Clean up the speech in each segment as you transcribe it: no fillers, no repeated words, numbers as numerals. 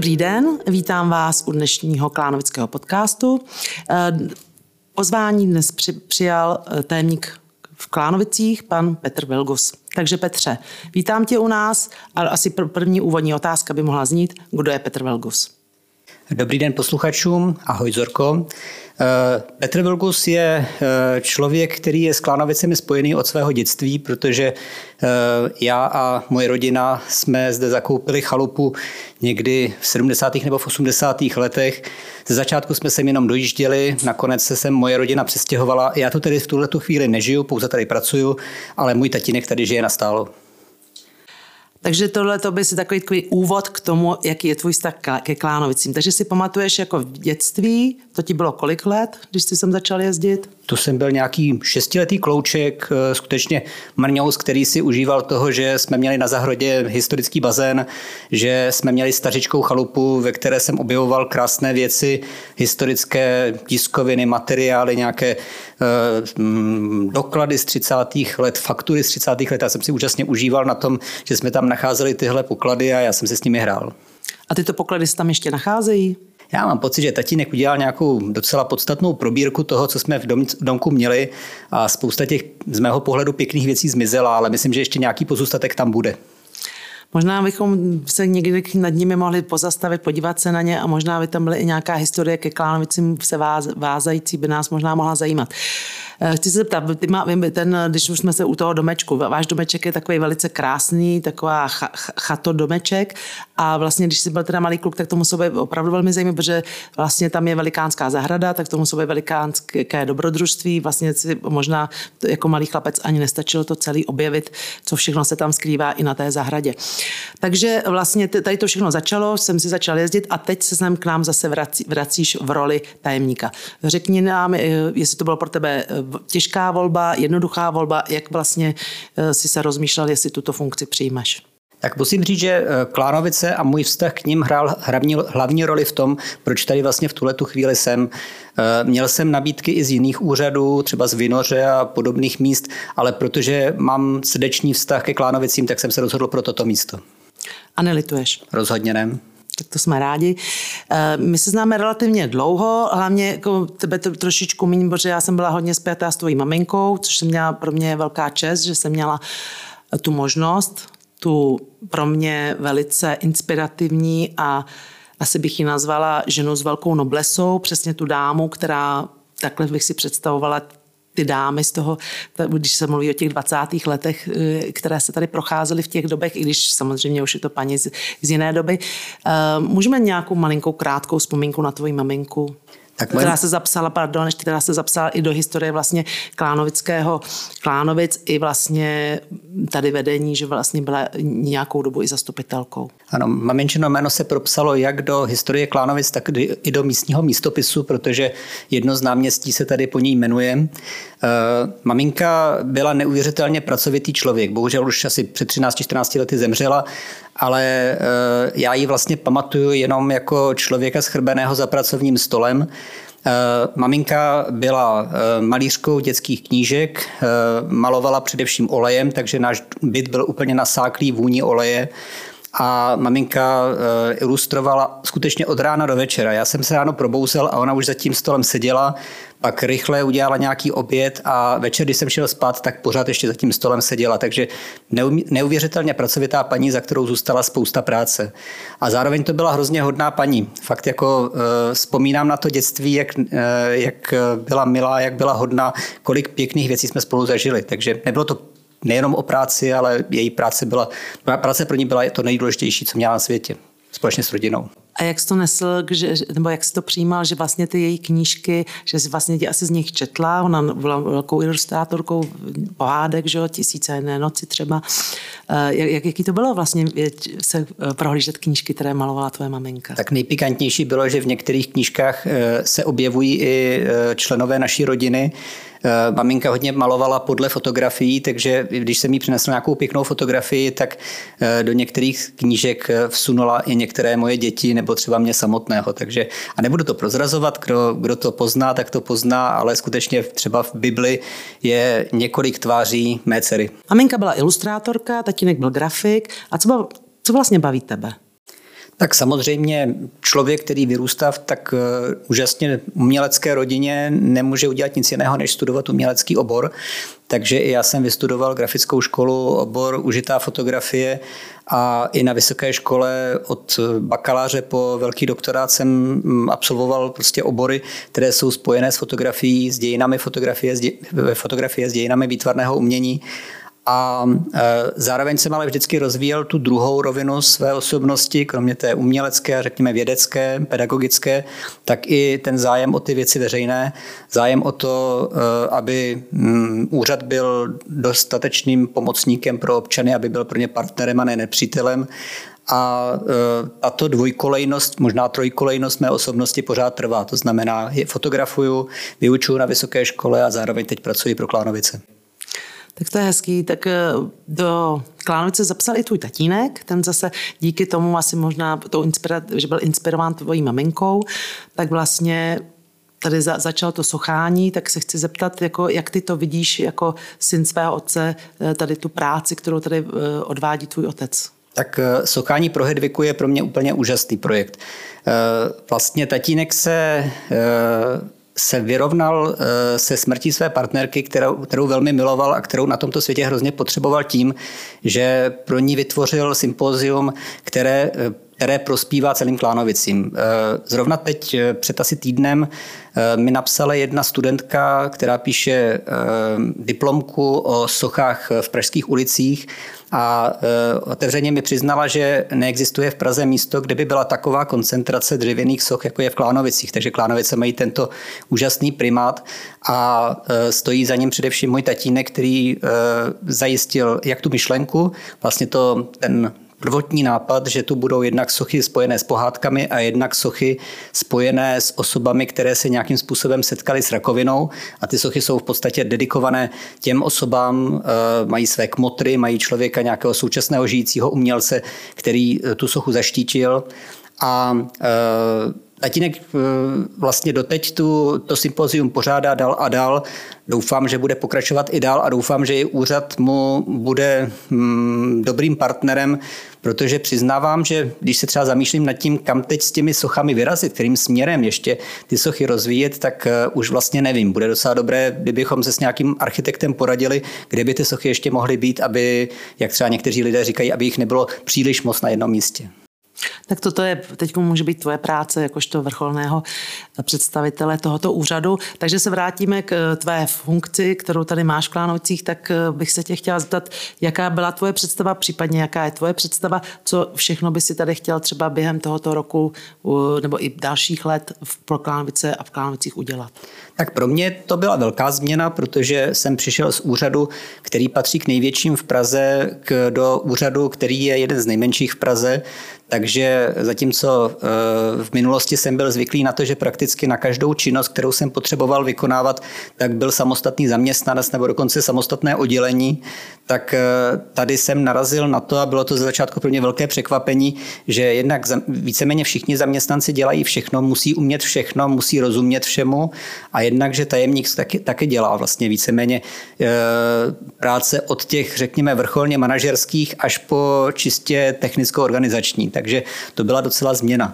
Dobrý den, vítám vás u dnešního klánovického podcastu. Pozvání dnes přijal tajemník v Klánovicích, pan Petr Vilgus. Takže Petře, vítám tě u nás, ale asi první úvodní otázka by mohla znít, kdo je Petr Vilgus? Dobrý den posluchačům, ahoj Zorko. Petr Vilgus je člověk, který je s Klánovicemi spojený od svého dětství, protože já a moje rodina jsme zde zakoupili chalupu někdy v 70. nebo v 80. letech. Ze začátku jsme sem jenom dojížděli, nakonec se sem moje rodina přestěhovala. Já tu tedy v tuhletu chvíli nežiju, pouze tady pracuju, ale můj tatínek tady žije nastálo. Takže tohle to by si takový úvod k tomu, jaký je tvůj vztah ke Klánovicím. Takže si pamatuješ jako v dětství, to ti bylo kolik let, když jsi sem začal jezdit? To jsem byl nějaký 6letý klouček, skutečně mrňous, který si užíval toho, že jsme měli na zahradě historický bazén, že jsme měli stařičkou chalupu, ve které jsem objevoval krásné věci, historické tiskoviny, materiály, nějaké doklady z 30. let, faktury z 30. let. Já jsem si úžasně užíval na tom, že jsme tam nacházeli tyhle poklady a já jsem se s nimi hrál. A tyto poklady se tam ještě nacházejí? Já mám pocit, že tatínek udělal nějakou docela podstatnou probírku toho, co jsme v domku měli a spousta těch z mého pohledu pěkných věcí zmizela, ale myslím, že ještě nějaký pozůstatek tam bude. Možná bychom se někdy nad nimi mohli pozastavit, podívat se na ně a možná by tam byly i nějaká historie ke Klánovicím se vázající, by nás možná mohla zajímat. Chci se zeptat, když už jsme se u toho domečku, váš domeček je takový velice krásný, taková chatodomeček a vlastně, když jsi byl teda malý kluk, tak to muselo být opravdu velmi zajímavé, protože vlastně tam je velikánská zahrada, tak to muselo být velikánské dobrodružství, vlastně si možná jako malý chlapec ani nestačilo to celý objevit, co všechno se tam skrývá i na té zahradě. Takže vlastně tady to všechno začalo, jsem si začal jezdit a teď se sem k nám zase vracíš v roli tajemníka. Řekni nám, jestli to bylo pro tebe těžká volba, jednoduchá volba, jak vlastně si se rozmýšlel, jestli tuto funkci přijmeš. Tak musím říct, že Klánovice a můj vztah k nim hrál hlavní roli v tom, proč tady vlastně v tuhletu chvíli jsem. Měl jsem nabídky i z jiných úřadů, třeba z Vinoře a podobných míst, ale protože mám srdeční vztah ke Klánovicím, tak jsem se rozhodl pro toto místo. A nelituješ? Rozhodně ne. Tak to jsme rádi. My se známe relativně dlouho, hlavně jako tebe to trošičku méně, protože já jsem byla hodně spjatá s tvojí maminkou, což jsem měla pro mě velká čest, že jsem měla tu možnost, tu pro mě velice inspirativní a asi bych ji nazvala ženu s velkou noblesou, přesně tu dámu, která, takhle bych si představovala ty dámy z toho, když se mluví o těch 20. letech, které se tady procházely v těch dobách, i když samozřejmě už je to paní z jiné doby. Můžeme nějakou malinkou krátkou vzpomínku na tvoji maminku? Která se zapsala i do historie vlastně Klánovic i vlastně tady vedení, že vlastně byla nějakou dobu i zastupitelkou. Ano, maminčino jméno se propsalo jak do historie Klánovic, tak i do místního místopisu, protože jedno z náměstí se tady po ní jmenuje. Maminka byla neuvěřitelně pracovitý člověk, bohužel už asi před 13-14 lety zemřela, ale já ji vlastně pamatuju jenom jako člověka schrbeného za pracovním stolem. Maminka byla malířkou dětských knížek, malovala především olejem, takže náš byt byl úplně nasáklý vůní oleje. A maminka ilustrovala skutečně od rána do večera. Já jsem se ráno probouzel a ona už za tím stolem seděla, pak rychle udělala nějaký oběd a večer, když jsem šel spát, tak pořád ještě za tím stolem seděla. Takže neuvěřitelně pracovitá paní, za kterou zůstala spousta práce. A zároveň to byla hrozně hodná paní. Fakt jako vzpomínám na to dětství, jak byla milá, jak byla hodná, kolik pěkných věcí jsme spolu zažili. Takže nebylo to nejenom o práci, ale její práce pro ní byla to nejdůležitější, co měla na světě, společně s rodinou. A jak jsi to nesl, nebo jak jsi to přijímal, že vlastně ty její knížky, že jsi vlastně asi z nich četla, ona byla velkou ilustrátorkou pohádek, že jo, 1001 noci třeba. Jaký to bylo vlastně se prohlížet knížky, které malovala tvoje maminka? Tak nejpikantnější bylo, že v některých knížkách se objevují i členové naší rodiny. Maminka hodně malovala podle fotografií, takže když jsem jí přinesl nějakou pěknou fotografii, tak do některých knížek vsunula i některé moje děti nebo třeba mě samotného. Takže, a nebudu to prozrazovat, kdo to pozná, tak to pozná, ale skutečně třeba v Bibli je několik tváří mé dcery. Maminka byla ilustrátorka, tatínek byl grafik. A co vlastně baví tebe? Tak samozřejmě člověk, který vyrůstá v tak úžasně umělecké rodině, nemůže udělat nic jiného, než studovat umělecký obor. Takže i já jsem vystudoval grafickou školu, obor užitá fotografie a i na vysoké škole od bakaláře po velký doktorát jsem absolvoval prostě obory, které jsou spojené s fotografií, s dějinami fotografie, s dějinami výtvarného umění. A zároveň jsem ale vždycky rozvíjel tu druhou rovinu své osobnosti, kromě té umělecké, řekněme vědecké, pedagogické, tak i ten zájem o ty věci veřejné, zájem o to, aby úřad byl dostatečným pomocníkem pro občany, aby byl pro ně partnerem a ne nepřítelem. A tato dvojkolejnost, možná trojkolejnost mé osobnosti pořád trvá. To znamená, fotografuju, vyučuju na vysoké škole a zároveň teď pracuji pro Klánovice. Tak to je hezký. Tak do Klánovice zapsal i tvůj tatínek, ten zase díky tomu asi možná že byl inspirován tvojí maminkou, tak vlastně tady začalo to sochání, tak se chci zeptat, jako, jak ty to vidíš jako syn svého otce, tady tu práci, kterou tady odvádí tvůj otec. Tak sochání pro Hedviku je pro mě úplně úžasný projekt. Vlastně tatínek se vyrovnal se smrtí své partnerky, kterou velmi miloval a kterou na tomto světě hrozně potřeboval tím, že pro ní vytvořil sympózium, které prospívá celým Klánovicím. Zrovna teď před asi týdnem mi napsala jedna studentka, která píše diplomku o sochách v pražských ulicích a otevřeně mi přiznala, že neexistuje v Praze místo, kde by byla taková koncentrace dřevěných soch, jako je v Klánovicích. Takže Klánovice mají tento úžasný primát a stojí za ním především můj tatínek, který zajistil jak tu myšlenku, vlastně ten prvotní nápad, že tu budou jednak sochy spojené s pohádkami a jednak sochy spojené s osobami, které se nějakým způsobem setkaly s rakovinou a ty sochy jsou v podstatě dedikované těm osobám, mají své kmotry, mají člověka nějakého současného žijícího umělce, který tu sochu zaštítil a tatínek vlastně doteď to sympozium pořádá dál a dál. Doufám, že bude pokračovat i dál a doufám, že i úřad mu bude dobrým partnerem, protože přiznávám, že když se třeba zamýšlím nad tím, kam teď s těmi sochami vyrazit, kterým směrem ještě ty sochy rozvíjet, tak už vlastně nevím. Bude docela dobré, kdybychom se s nějakým architektem poradili, kde by ty sochy ještě mohly být, aby, jak třeba někteří lidé říkají, aby jich nebylo příliš moc na jednom místě. Tak toto je, teď může být tvoje práce jakožto vrcholného představitele tohoto úřadu. Takže se vrátíme k tvé funkci, kterou tady máš v Klánovicích, tak bych se tě chtěla zeptat, jaká byla tvoje představa, případně jaká je tvoje představa, co všechno by si tady chtěl třeba během tohoto roku nebo i dalších let pro Klánovice a v Klánovicích udělat. Tak pro mě to byla velká změna, protože jsem přišel z úřadu, který patří k největším v Praze, do úřadu, který je jeden z nejmenších v Praze. Takže zatímco v minulosti jsem byl zvyklý na to, že prakticky na každou činnost, kterou jsem potřeboval vykonávat, tak byl samostatný zaměstnanec nebo dokonce samostatné oddělení, tak tady jsem narazil na to a bylo to ze začátku pro mě velké překvapení, že jednak víceméně všichni zaměstnanci dělají všechno, musí umět všechno, musí rozumět všemu a jednak, že tajemník taky dělá vlastně víceméně práce od těch, řekněme, vrcholně manažerských až po čistě technicko-organizační. Takže to byla docela změna.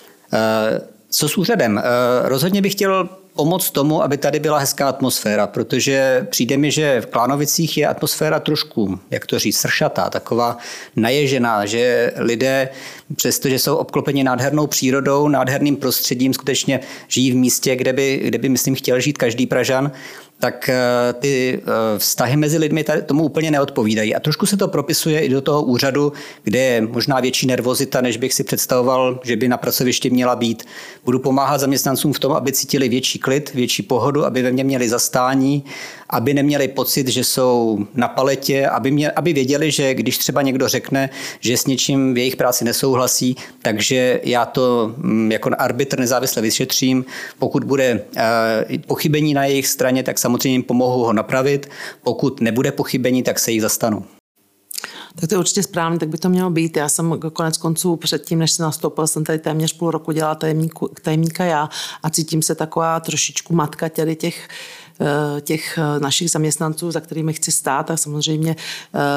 Co s úřadem? Rozhodně bych chtěl pomoct tomu, aby tady byla hezká atmosféra, protože přijde mi, že v Klánovicích je atmosféra trošku, jak to říct, sršatá, taková naježená, že lidé, přestože jsou obklopeni nádhernou přírodou, nádherným prostředím, skutečně žijí v místě, kde by myslím, chtěl žít každý Pražan, tak ty vztahy mezi lidmi tomu úplně neodpovídají. A trošku se to propisuje i do toho úřadu, kde je možná větší nervozita, než bych si představoval, že by na pracovišti měla být. Budu pomáhat zaměstnancům v tom, aby cítili větší klid, větší pohodu, aby ve mně měli zastání, aby neměli pocit, že jsou na paletě, aby věděli, že když třeba někdo řekne, že s něčím v jejich práci nesouhlasí, takže já to jako arbitr nezávisle vyšetřím. Pokud bude pochybení na jejich straně, tak samozřejmě jim pomohu ho napravit. Pokud nebude pochybení, tak se jich zastanu. Tak to je určitě správně, tak by to mělo být. Já jsem konec konců předtím, než jsem nastoupil, jsem tady téměř půl roku dělala tajemníka já a cítím se taková trošičku matka tady těch našich zaměstnanců, za kterými chci stát a samozřejmě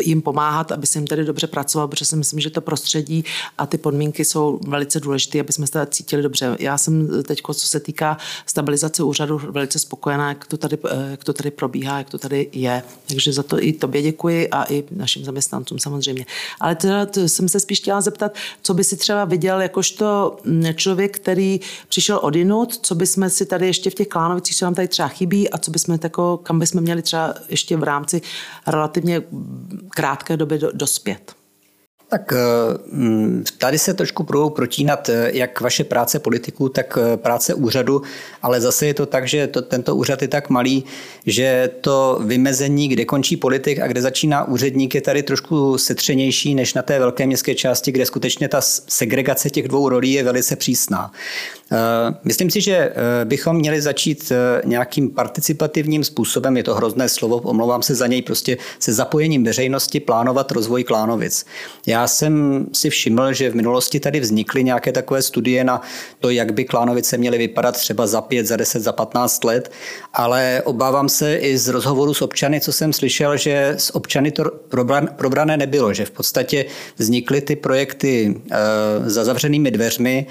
jim pomáhat, aby se jim tady dobře pracovalo, protože si myslím, že to prostředí a ty podmínky jsou velice důležité, aby jsme se tady cítili dobře. Já jsem teď, co se týká stabilizace úřadu, velice spokojená, jak to tady probíhá, jak to tady je. Takže za to i tobě děkuji a i našim zaměstnancům samozřejmě. Ale teda jsem se spíš chtěla zeptat, co by si třeba viděl jakožto člověk, který přišel odjinud, co bychom si tady ještě v těch Klánovicích, co nám tady třeba chybí a co bychom kam bychom měli třeba ještě v rámci relativně krátké doby dospět. Tak tady se trošku budou protínat jak vaše práce politiků, tak práce úřadu, ale zase je to tak, že tento úřad je tak malý, že to vymezení, kde končí politik a kde začíná úředník, je tady trošku setřenější než na té velké městské části, kde skutečně ta segregace těch dvou rolí je velice přísná. Myslím si, že bychom měli začít nějakým participativním způsobem, je to hrozné slovo, omlouvám se za něj, prostě se zapojením veřejnosti plánovat rozvoj Klánovic. Já jsem si všiml, že v minulosti tady vznikly nějaké takové studie na to, jak by Klánovice měly vypadat třeba za 5, za 10, za 15 let, ale obávám se i z rozhovoru s občany, co jsem slyšel, že s občany to probrané nebylo, že v podstatě vznikly ty projekty za zavřenými dveřmi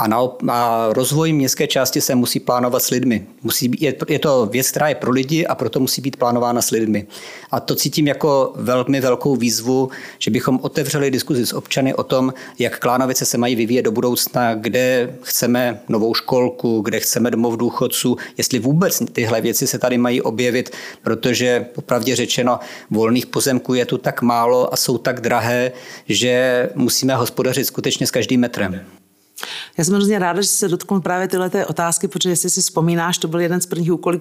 a rozvoj městské části se musí plánovat s lidmi. Je to věc, která je pro lidi a proto musí být plánována s lidmi. A to cítím jako velmi velkou výzvu, že bychom otevřeli diskuzi s občany o tom, jak Klánovice se mají vyvíjet do budoucna, kde chceme novou školku, kde chceme domov důchodců, jestli vůbec tyhle věci se tady mají objevit, protože popravdě řečeno volných pozemků je tu tak málo a jsou tak drahé, že musíme hospodařit skutečně s každým metrem. Já jsem hrozně ráda, že se dotknul právě tyhle otázky, protože jestli si vzpomínáš, to byl jeden z prvních úkolů,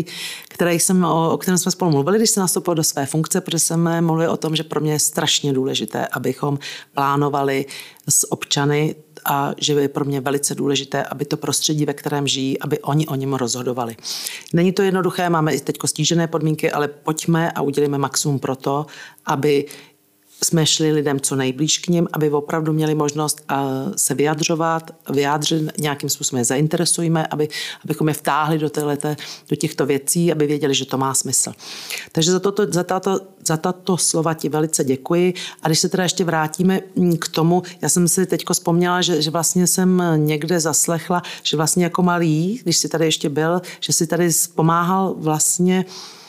o kterém jsme spolu mluvili, když jsem nastoupil do své funkce, protože jsme mluvili o tom, že pro mě je strašně důležité, abychom plánovali s občany a že je pro mě velice důležité, aby to prostředí, ve kterém žijí, aby oni o něm rozhodovali. Není to jednoduché, máme i teď stížené podmínky, ale pojďme a udělíme maximum pro to, aby jsme šli lidem co nejblíž k nim, aby opravdu měli možnost se vyjádřit nějakým způsobem je zainteresujeme, abychom je vtáhli do těchto věcí, aby věděli, že to má smysl. Takže za tato slova ti velice děkuji. A když se teda ještě vrátíme k tomu, já jsem si teďko vzpomněla, že vlastně jsem někde zaslechla, že vlastně jako malý, když jsi tady ještě byl, že jsi tady pomáhal vlastně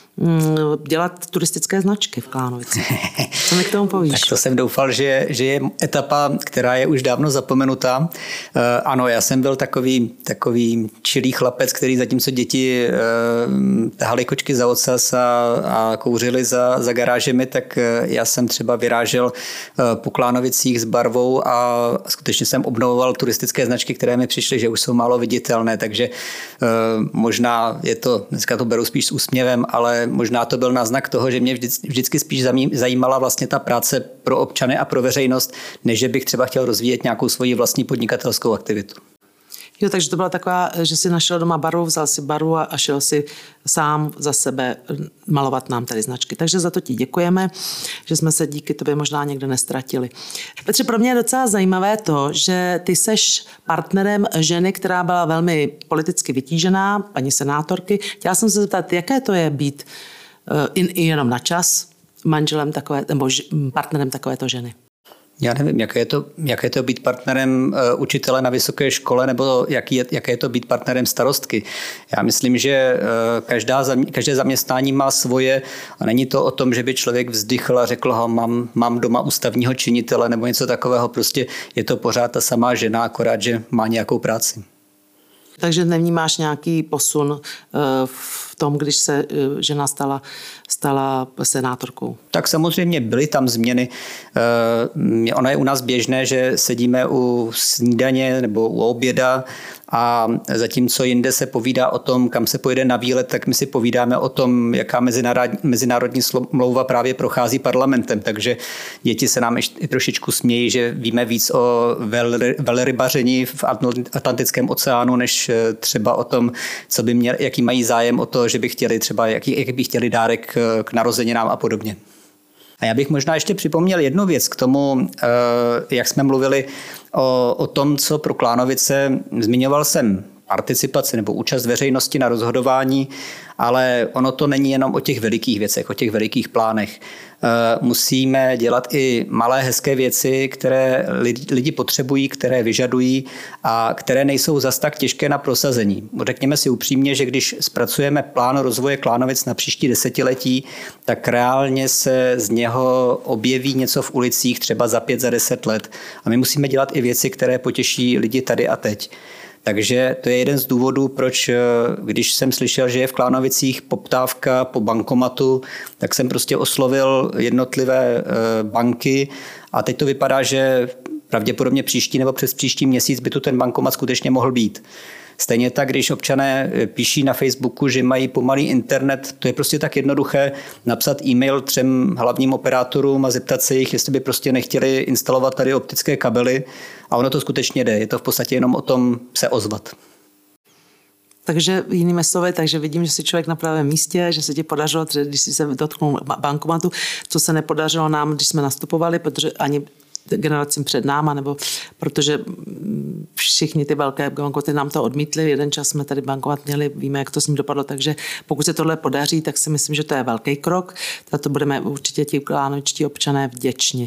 dělat turistické značky v Klánovici. Co mi k tomu povíš? Tak to jsem doufal, že je etapa, která je už dávno zapomenutá. Ano, já jsem byl takový čilý chlapec, který zatímco děti tahali kočky za ocas a kouřili za garážemi, tak já jsem třeba vyrážel po Klánovicích s barvou a skutečně jsem obnovoval turistické značky, které mi přišly, že už jsou málo viditelné, takže možná dneska to beru spíš s úsměvem, ale možná to byl náznak toho, že mě vždycky spíš zajímala vlastně ta práce pro občany a pro veřejnost, než že bych třeba chtěl rozvíjet nějakou svoji vlastní podnikatelskou aktivitu. Jo, takže to byla taková, že si našel doma barvu, vzal si barvu a šel si sám za sebe malovat nám tady značky. Takže za to ti děkujeme, že jsme se díky tobě možná někde nestratili. Petře, pro mě je docela zajímavé to, že ty seš partnerem ženy, která byla velmi politicky vytížená, paní senátorky. Chtěla jsem se zeptat, jaké to je být jenom na čas manželem nebo partnerem takovéto ženy? Já nevím, jaké je to být partnerem učitele na vysoké škole nebo jaké je to být partnerem starostky. Já myslím, že každé zaměstnání má svoje a není to o tom, že by člověk vzdychl a řekl, mám doma ústavního činitele nebo něco takového. Prostě je to pořád ta samá žena, akorát, že má nějakou práci. Takže nevnímáš nějaký posun v tom, když se žena stala senátorkou? Tak samozřejmě byly tam změny. Ono je u nás běžné, že sedíme u snídaně nebo u oběda a zatímco jinde se povídá o tom, kam se pojede na výlet, tak my si povídáme o tom, jaká mezinárodní smlouva právě prochází parlamentem. Takže děti se nám i trošičku smějí, že víme víc o velrybaření v Atlantickém oceánu, než třeba o tom, jaký mají zájem o to, že by chtěli třeba, jaký by chtěli dárek k narozeninám a podobně. A já bych možná ještě připomněl jednu věc k tomu, jak jsme mluvili o tom, co pro Klánovice. Zmiňoval jsem participaci nebo účast veřejnosti na rozhodování, ale ono to není jenom o těch velikých věcech, o těch velikých plánech. Musíme dělat i malé hezké věci, které lidi potřebují, které vyžadují a které nejsou zas tak těžké na prosazení. Řekněme si upřímně, že když zpracujeme plán rozvoje Klánovic na příští desetiletí, tak reálně se z něho objeví něco v ulicích třeba za 5, za 10 let. A my musíme dělat i věci, které potěší lidi tady a teď. Takže to je jeden z důvodů, proč, když jsem slyšel, že je v Klánovicích poptávka po bankomatu, tak jsem prostě oslovil jednotlivé banky a teď to vypadá, že pravděpodobně příští nebo přes příští měsíc by tu ten bankomat skutečně mohl být. Stejně tak, když občané píší na Facebooku, že mají pomalý internet, to je prostě tak jednoduché napsat e-mail 3 hlavním operátorům a zeptat se jich, jestli by prostě nechtěli instalovat tady optické kabely a ono to skutečně jde. Je to v podstatě jenom o tom se ozvat. Takže jinými slovy, takže vidím, že jsi člověk na pravém místě, že se ti podařilo, když jsi se dotknul bankomatu, co se nepodařilo nám, když jsme nastupovali, protože ani generacím před náma, nebo protože všichni ty velké bankomaty nám to odmítli. Jeden čas jsme tady bankomat měli, víme, jak to s ním dopadlo, takže pokud se tohle podaří, tak si myslím, že to je velký krok. Za to budeme určitě ti klánovičtí občané vděční.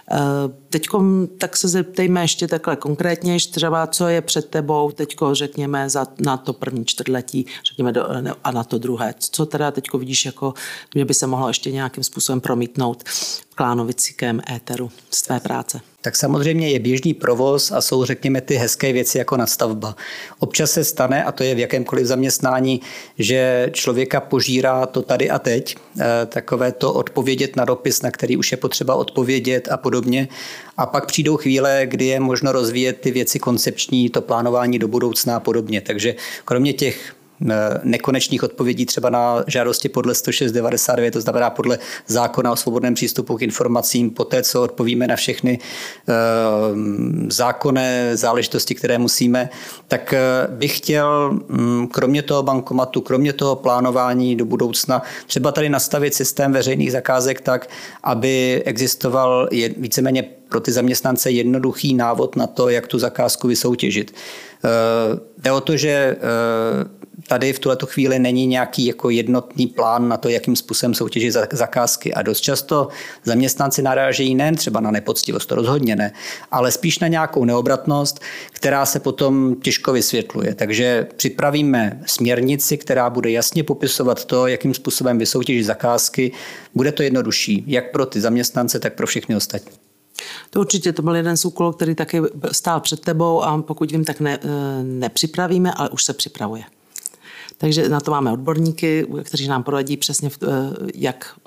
Teďko tak se zeptejme ještě takhle konkrétně, třeba co je před tebou teďko, řekněme, na to první čtvrtletí, řekněme, a na to druhé. Co teda teďko vidíš, jako, že by se mohlo ještě nějakým způsobem promítnout v klánovickém éteru z tvé práce? Tak samozřejmě je běžný provoz a jsou, řekněme, ty hezké věci jako nadstavba. Občas se stane, a to je v jakémkoliv zaměstnání, že člověka požírá to tady a teď, takové to odpovědět na dopis, na který už je potřeba odpovědět a podobně. A pak přijdou chvíle, kdy je možno rozvíjet ty věci koncepční, to plánování do budoucna a podobně. Takže kromě těch nekonečných odpovědí třeba na žádosti podle 106/99, to znamená podle zákona o svobodném přístupu k informacím, poté, co odpovíme na všechny zákonné záležitosti, které musíme, tak bych chtěl kromě toho bankomatu, kromě toho plánování do budoucna třeba tady nastavit systém veřejných zakázek tak, aby existoval víceméně pro ty zaměstnance jednoduchý návod na to, jak tu zakázku vysoutěžit. Jde o to, že tady v tuhletu chvíli není nějaký jako jednotný plán na to, jakým způsobem soutěžit zakázky. A dost často zaměstnanci narážejí nejen třeba na nepoctivost, to rozhodně ne, ale spíš na nějakou neobratnost, která se potom těžko vysvětluje. Takže připravíme směrnici, která bude jasně popisovat to, jakým způsobem vysoutěžit zakázky. Bude to jednodušší, jak pro ty zaměstnance, tak pro všechny ostatní. To určitě, to byl jeden z úkolů, který taky stál před tebou a pokud vím, tak nepřipravíme, ale už se připravuje. Takže na to máme odborníky, kteří nám poradí přesně, jak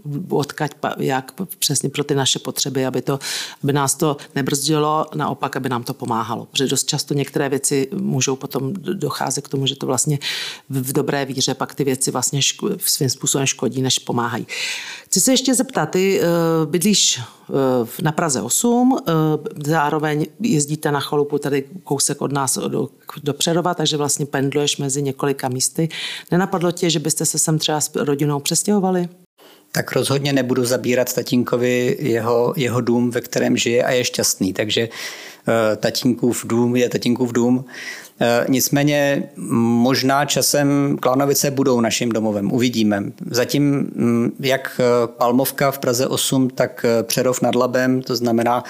přesně pro ty naše potřeby, aby nás to nebrzdilo, naopak, aby nám to pomáhalo. Protože dost často některé věci můžou potom docházet k tomu, že to vlastně v dobré víře pak ty věci vlastně svým způsobem škodí, než pomáhají. Chci se ještě zeptat, ty bydlíš na Praze 8, zároveň jezdíte na chalupu tady kousek od nás do Přerova, takže vlastně pendluješ mezi několika místy. Nenapadlo tě, že byste se sem třeba s rodinou přestěhovali? Tak rozhodně nebudu zabírat tatínkovi jeho dům, ve kterém žije a je šťastný, takže tatínkův dům je tatínkův dům. Nicméně možná časem Klánovice budou naším domovem, uvidíme. Zatím jak Palmovka v Praze 8, tak Přerov nad Labem, to znamená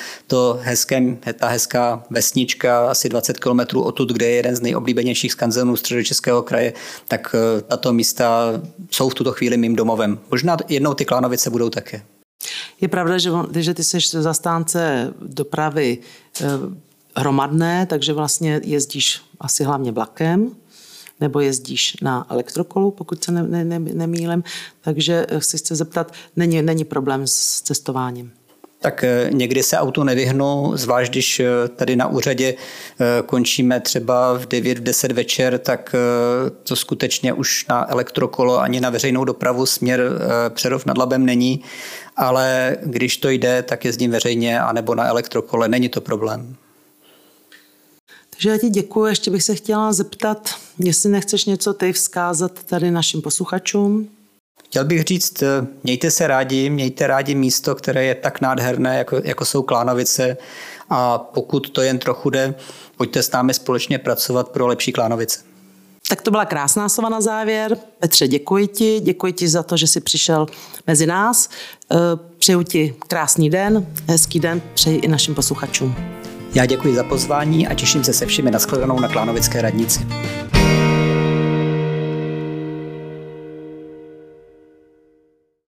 ta hezká vesnička asi 20 kilometrů odtud, kde je jeden z nejoblíbenějších skanzenů Středočeského kraje, tak tato místa jsou v tuto chvíli mým domovem. Možná jednou ty Klánovice budou také. Je pravda, že ty jsi zastánce dopravy hromadné, takže vlastně jezdíš asi hlavně vlakem, nebo jezdíš na elektrokolu, pokud se nemýlím. Takže si chci zeptat, není problém s cestováním? Tak někdy se autu nevyhnu, zvlášť když tady na úřadě končíme třeba v 9, v 10 večer, tak to skutečně už na elektrokolo ani na veřejnou dopravu směr Přerov nad Labem není, ale když to jde, tak jezdím veřejně anebo na elektrokole, není to problém. Takže já ti děkuji, ještě bych se chtěla zeptat, jestli nechceš něco ty vzkázat tady našim posluchačům. Chtěl bych říct, mějte rádi místo, které je tak nádherné, jako jsou Klánovice, a pokud to jen trochu jde, pojďte s námi společně pracovat pro lepší Klánovice. Tak to byla krásná slova na závěr. Petře, děkuji ti za to, že jsi přišel mezi nás. Přeju ti krásný den, hezký den, přeji i našim posluchačům. Já děkuji za pozvání a těším se všemi na shledanou na Klánovické radnici.